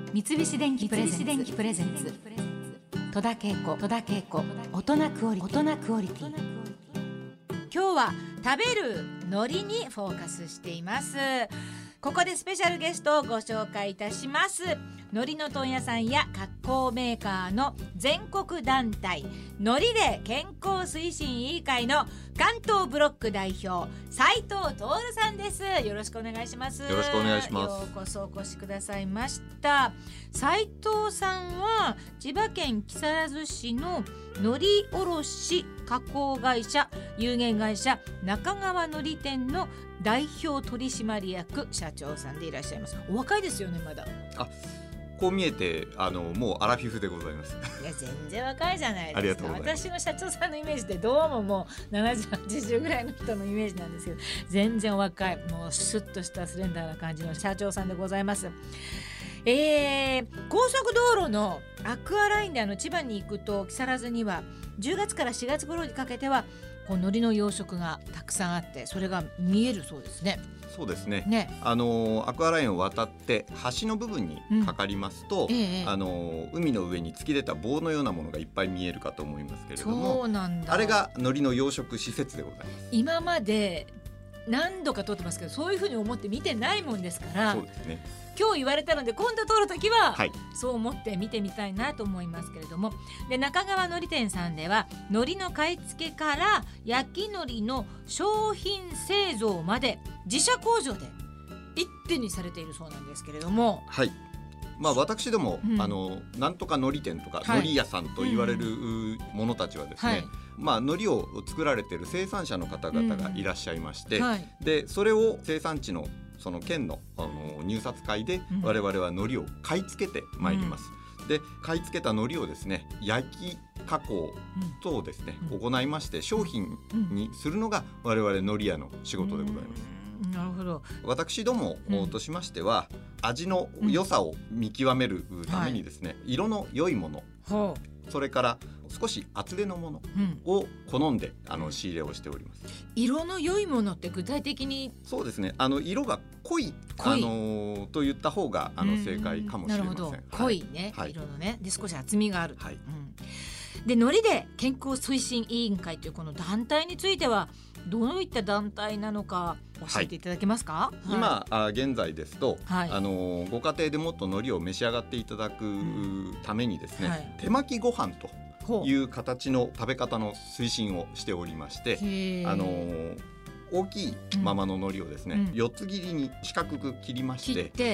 三菱電機プレゼンツ戸田恵子大人クオリティ。 今日は食べる海苔にフォーカスしています。ここでスペシャルゲストをご紹介いたします。海苔の問屋さんや加工メーカーの全国団体海苔で健康推進委員会の関東ブロック代表斉藤徹さんです。よろしくお願いします。 よろしくお願いします。 ようこそお越しくださいました。斉藤さんは千葉県木更津市の海苔卸加工会社有限会社中川海苔店の代表取締役社長さんでいらっしゃいます。お若いですよね。まだこう見えてもうアラフィフでございます。 いや全然若いじゃないですか。 ありがとうございます。 私の社長さんのイメージってどうももう70、80ぐらいの人のイメージなんですけど、全然若い、もうシュッとしたスレンダーな感じの社長さんでございます。高速道路のアクアラインで千葉に行くと木更津には10月から4月頃にかけてはこう海苔の養殖がたくさんあって、それが見えるそうですね。 そうですね。アクアラインを渡って橋の部分にかかりますと、海の上に突き出た棒のようなものがいっぱい見えるかと思いますけれども、 そうなんだ。 あれが海苔の養殖施設でございます。 今まで何度か通ってますけど、そういうふうに思って見てないもんですから。 そうですね。 今日言われたので今度通るときは、 はい、 そう思って見てみたいなと思いますけれども、で中川海苔店さんでは海苔の買い付けから焼き海苔の商品製造まで自社工場で一手にされているそうなんですけれども、 はい、私ども、なんとか海苔店とか、海苔屋さんと言われる者たちはですね、海苔を作られている生産者の方々がいらっしゃいまして、でそれを生産地のその県の、入札会で我々は海苔を買い付けてまいります。で買い付けた海苔をですね焼き加工等をですね、行いまして商品にするのが我々海苔屋の仕事でございます。 なるほど。 私どもとしましては、味の良さを見極めるためにですね、色の良いもの、それから少し厚手のものを好んで仕入れをしております。 色の良いものって具体的に？そうですね、色が濃いと言った方が正解かもしれません。 なるほど、濃いね、色のね。で少し厚みがある。 はい。 で海苔で健康推進委員会というこの団体についてはどういった団体なのか教えていただけますか？ 今現在ですと、ご家庭でもっと海苔を召し上がっていただくためにですね、手巻きご飯という形の食べ方の推進をしておりまして、大きいままの海苔をですね、4つ切りに四角く切りまして、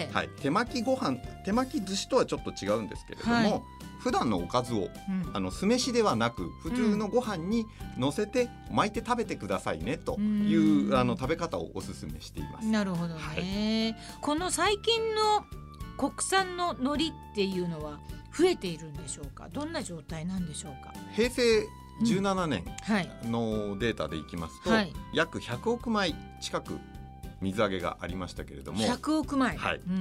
手巻きご飯、手巻き寿司とはちょっと違うんですけれども、普段のおかずを、酢飯ではなく普通のご飯に乗せて巻いて食べてくださいねという食べ方をおすすめしています。 なるほどね。この最近の国産の海苔っていうのは増えているんでしょうか？どんな状態なんでしょうか？ 平成17年のデータでいきますと、約100億枚近く水揚げがありましたけれども、 100億枚、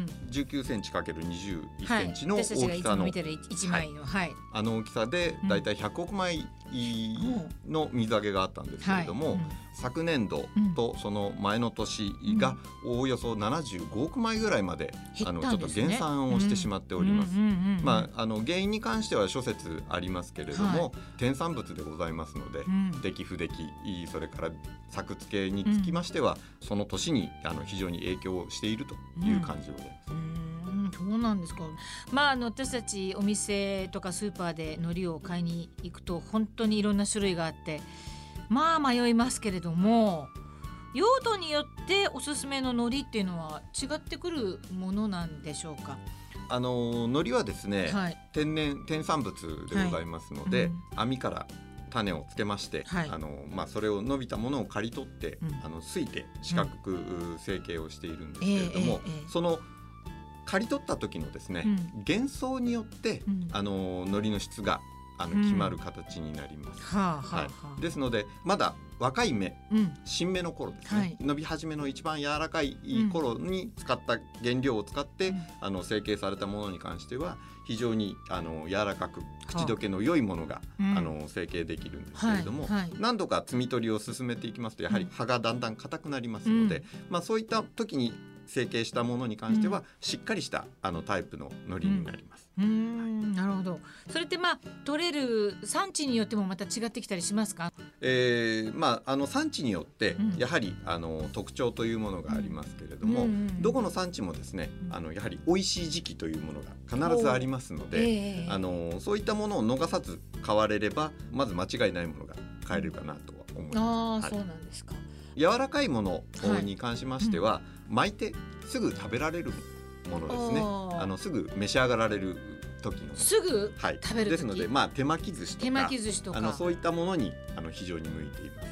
19センチ ×21 センチの大きさの、 私たちがいつも見てる1枚の、 大きさでだいたい100億枚の水揚げがあったんですけれども、昨年度とその前の年がおおよそ75億枚ぐらいまでちょっと減産をしてしまっております。原因に関しては諸説ありますけれども、添産物でございますので、出来不出来、それから作付けにつきましては、その年に非常に影響をしているという感じでございます。 そうなんですか。私たちお店とかスーパーで海苔を買いに行くと本当にいろんな種類があって迷いますけれども、用途によっておすすめの海苔っていうのは違ってくるものなんでしょうか？ 海苔はですね、添産物でございますので、網から種をつけまして、それを伸びたものを刈り取って、すいて四角く成形をしているんですけれども、その刈り取った時のですね、幻想によって、海苔の質が決まる形になります。ですのでまだ若い芽、新芽の頃ですね、伸び始めの一番柔らかい頃に使った原料を使って、成形されたものに関しては非常に柔らかく口どけの良いものが、成形できるんですけれども、何度か摘み取りを進めていきますとやはり葉がだんだん硬くなりますので、そういった時に成形したものに関しては、しっかりしたタイプの海苔になります。 なるほど。それって取れる産地によってもまた違ってきたりしますか？ 産地によってやはり特徴というものがありますけれども、どこの産地もですねやはり美味しい時期というものが必ずありますので、そういったものを逃さず買われればまず間違いないものが買えるかなとは思います。 そうなんですか。 柔らかいものに関しましては、巻いてすぐ食べられるものですね。すぐ召し上がられる時のすぐ食べる時ですので、手巻き寿司とかそういったものに非常に向いています。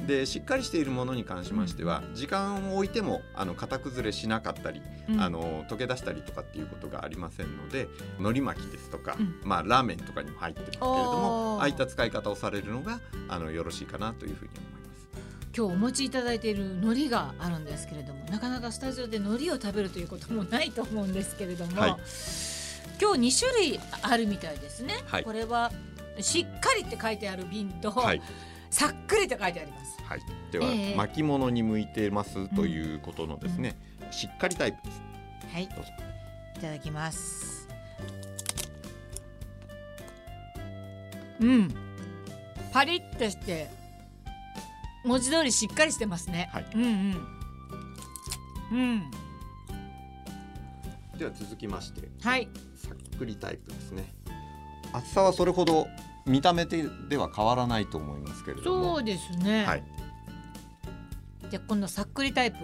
でしっかりしているものに関しましては、時間を置いても型崩れしなかったり、溶け出したりとかっていうことがありませんので、海苔巻きですとか、ラーメンとかにも入ってますけれども、ああいった使い方をされるのがよろしいかなというふうに思います。 今日お持ちいただいている海苔があるんですけれども、なかなかスタジオで海苔を食べるということもないと思うんですけれども、今日2種類あるみたいですね。これはしっかりって書いてある瓶と、さっくりと書いてあります。 では、巻物に向いてますということのですね、しっかりタイプです。 どうぞ。いただきます。パリッとして文字通りしっかりしてますね。 では続きまして、 さっくりタイプですね。厚さはそれほど見た目では変わらないと思いますけれども。 そうですね。じゃあ今度さっくりタイプ。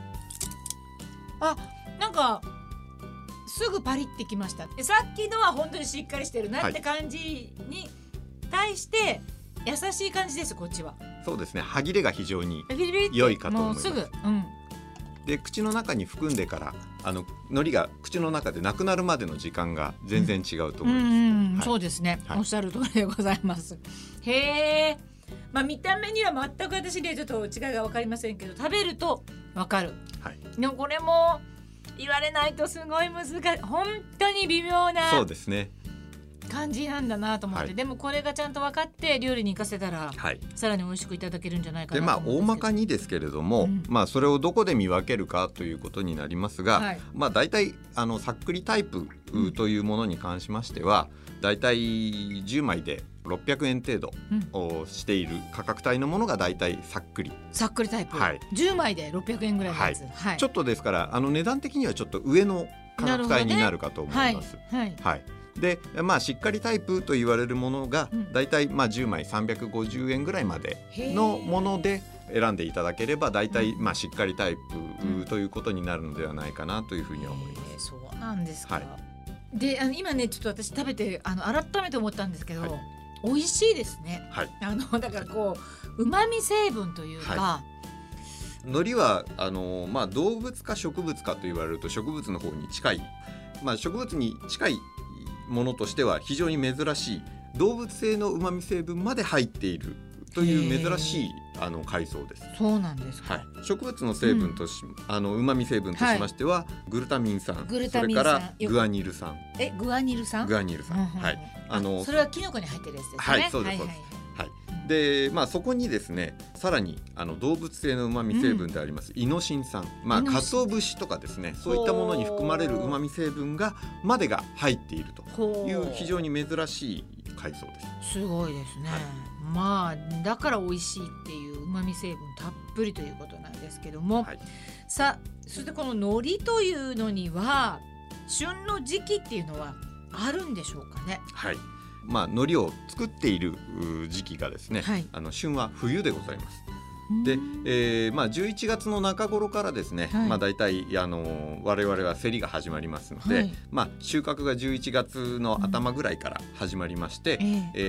なんかすぐパリってきました。さっきのは本当にしっかりしてるなって感じに対して優しい感じです。こっちはそうですね。歯切れが非常に良いかと思います。 もうすぐ、 で口の中に含んでから海苔が口の中でなくなるまでの時間が全然違うと思います。 そうですね、おっしゃる通りでございます。へー、見た目には全く私にはちょっと違いが分かりませんけど、食べると分かる。でもこれも言われないとすごい難しい、本当に微妙なそうですね感じなんだなと思って、でもこれがちゃんと分かって料理に活かせたら、さらに美味しくいただけるんじゃないかなと思うんですけど。 大まかにですけれども、それをどこで見分けるかということになりますが、だいたいさっくりタイプというものに関しましては、だいたい10枚で600円程度をしている価格帯のものがだいたいさっくりタイプ、10枚で600円ぐらいのやつ、 ちょっとですから値段的にはちょっと上の価格帯になるかと思います。でしっかりタイプと言われるものがだいたい10枚350円ぐらいまでのもので選んでいただければ、だいたいしっかりタイプということになるのではないかなというふうには思います。 そうなんですか。で今ねちょっと私食べて改めて思ったんですけど、美味しいですね。だからこう旨味成分というか、 海苔は動物か植物かと言われると植物の方に近い、植物に近いものとしては非常に珍しい動物性の旨味成分まで入っているという珍しい海藻です。 そうなんですか。 植物の成分とし、旨味成分としましては、グルタミン酸、それからグアニル酸。 グアニル酸。それはキノコに入ってるやつですね。 そうです。でそこにですね、さらに動物性の旨味成分であります、イノシン酸、鰹節とかですね、そういったものに含まれる旨味成分が入っているという非常に珍しい海藻です。 すごいですね。だから美味しいっていう旨味成分たっぷりということなんですけども、さあそしてこの海苔というのには旬の時期っていうのはあるんでしょうかね。 海苔を作っている時期がですね、旬は冬でございます。で、11月の中頃からですね、だいたい我々は競りが始まりますので、収穫が11月の頭ぐらいから始まりまして、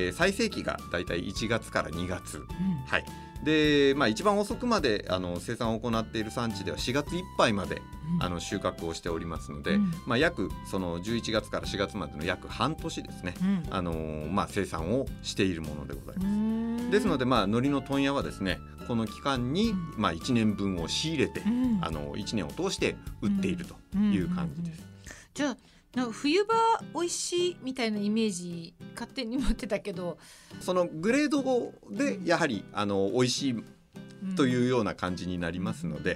最盛期がだいたい1月から2月、で一番遅くまで生産を行っている産地では4月いっぱいまで収穫をしておりますので、約その11月から4月までの約半年ですね、生産をしているものでございます。ですので海苔の問屋はですね、この期間に1年分を仕入れて、1年を通して売っているという感じです。 じゃあ冬場美味しいみたいなイメージ勝手に持ってたけど、 そのグレードでやはり美味しいというような感じになりますので、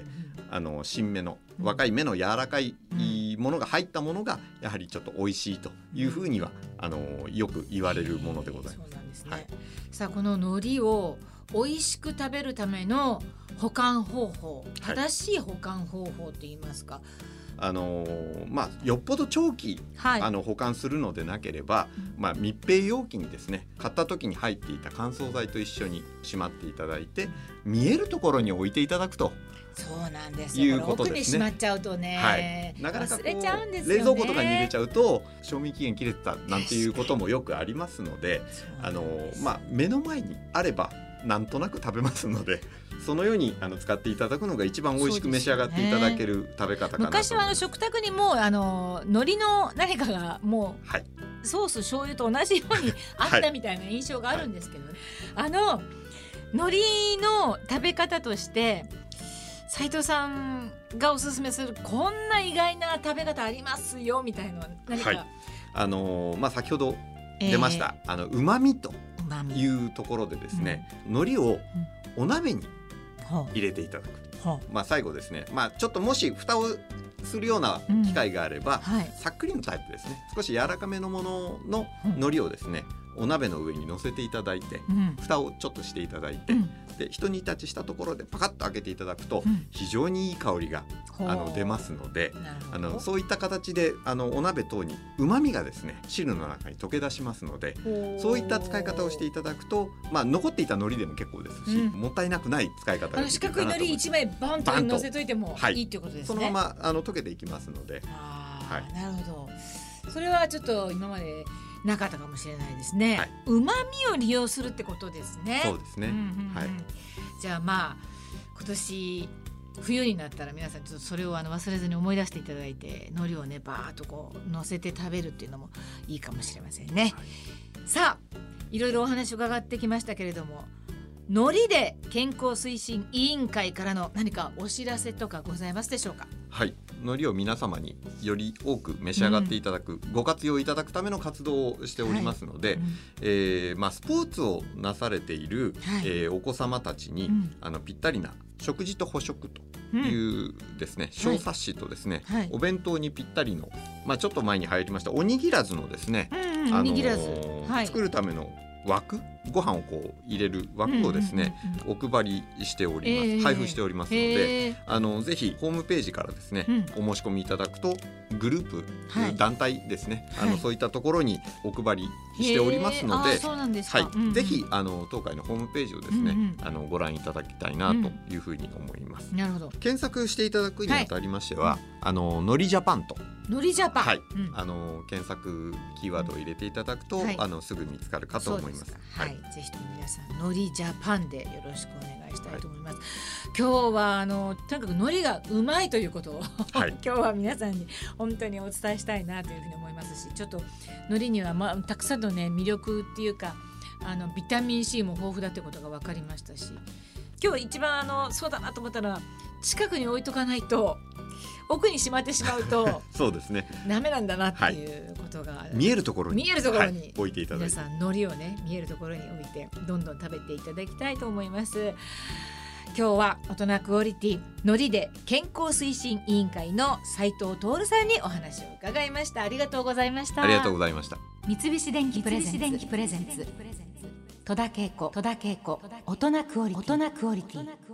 新芽の若い芽の柔らかいものが入ったものがやはりちょっと美味しいというふうにはよく言われるものでございます。 そうなんですね。さあこの海苔を美味しく食べるための保管方法、正しい保管方法といいますか、 よっぽど長期、保管するのでなければ、密閉容器にですね買った時に入っていた乾燥剤と一緒にしまっていただいて見えるところに置いていただくと。 そうなんですよ。 いうことですね。 奥にしまっちゃうとね、 なかなか忘れちゃうんですよね。 冷蔵庫とかに入れちゃうと賞味期限切れてたなんていうこともよくありますので、目の前にあればなんとなく食べますので、そのように使っていただくのが一番美味しく召し上がっていただける食べ方かなと思います。 昔は食卓にも海苔の何かがもう、ソース醤油と同じようにあったみたいな印象があるんですけど、海苔の食べ方として斉藤さんがおすすめするこんな意外な食べ方ありますよみたいなのは何か、 先ほど出ました、うまみというところでですね、海苔をお鍋に入れていただく、最後ですね、ちょっともし蓋をするような機会があれば、さっくりのタイプですね、少し柔らかめのものの海苔をですね、お鍋の上に乗せていただいて、蓋をちょっとしていただいて、で一煮立ちしたところでパカッと開けていただくと、非常にいい香りが出ますので、そういった形でお鍋等にうまみがですね汁の中に溶け出しますので、そういった使い方をしていただくと、残っていた海苔でも結構ですし、もったいなくない使い方ができるかなと思います。 四角い海苔1枚バンと乗せといてもいいっていうことですね。 そのまま溶けていきますので。 なるほど。それはちょっと今までなかったかもしれないですね。うまみを利用するってことですね。 そうですね。 じゃあ今年冬になったら皆さんちょっとそれを忘れずに思い出していただいて、海苔をねバーッとこう乗せて食べるっていうのもいいかもしれませんね。さあいろいろお話伺ってきましたけれども、海苔で健康推進委員会からの何かお知らせとかございますでしょうか。 海苔を皆様により多く召し上がっていただく、ご活用いただくための活動をしておりますので、スポーツをなされている、お子様たちに、ぴったりな食事と補食というですね、小冊子とですね、お弁当にぴったりの、ちょっと前に入りましたおにぎらずのですね、作るための枠、ご飯をこう入れる枠をですね、お配りしております、配布しておりますので、ぜひホームページからですね、お申し込みいただくとグループ、団体ですね、そういったところにお配りしておりますので、ぜひ当会のホームページをですね、ご覧いただきたいなというふうに思います。 なるほど。 検索していただくにあたりましては、海苔ジャパンと海苔ジャパン、 検索キーワードを入れていただくと、すぐ見つかるかと思います。 ぜひとも皆さん海苔ジャパンでよろしくお願いしたいと思います。今日はとにかく海苔がうまいということを今日は皆さんに本当にお伝えしたいなというふうに思いますし、ちょっと海苔には、たくさんのね魅力っていうかビタミン C も豊富だってことが分かりましたし、今日一番そうだなと思ったのは、近くに置いとかないと奥にしまってしまうとそうですね、 ダメなんだなっていうことが、 見えるところに置いていただいて、皆さん海苔をね見えるところに置いてどんどん食べていただきたいと思います。今日は大人クオリティ海苔で健康推進委員会の斉藤徹さんにお話を伺いました。ありがとうございました。 ありがとうございました。 三菱電機プレゼンツ戸田恵子大人クオリティ。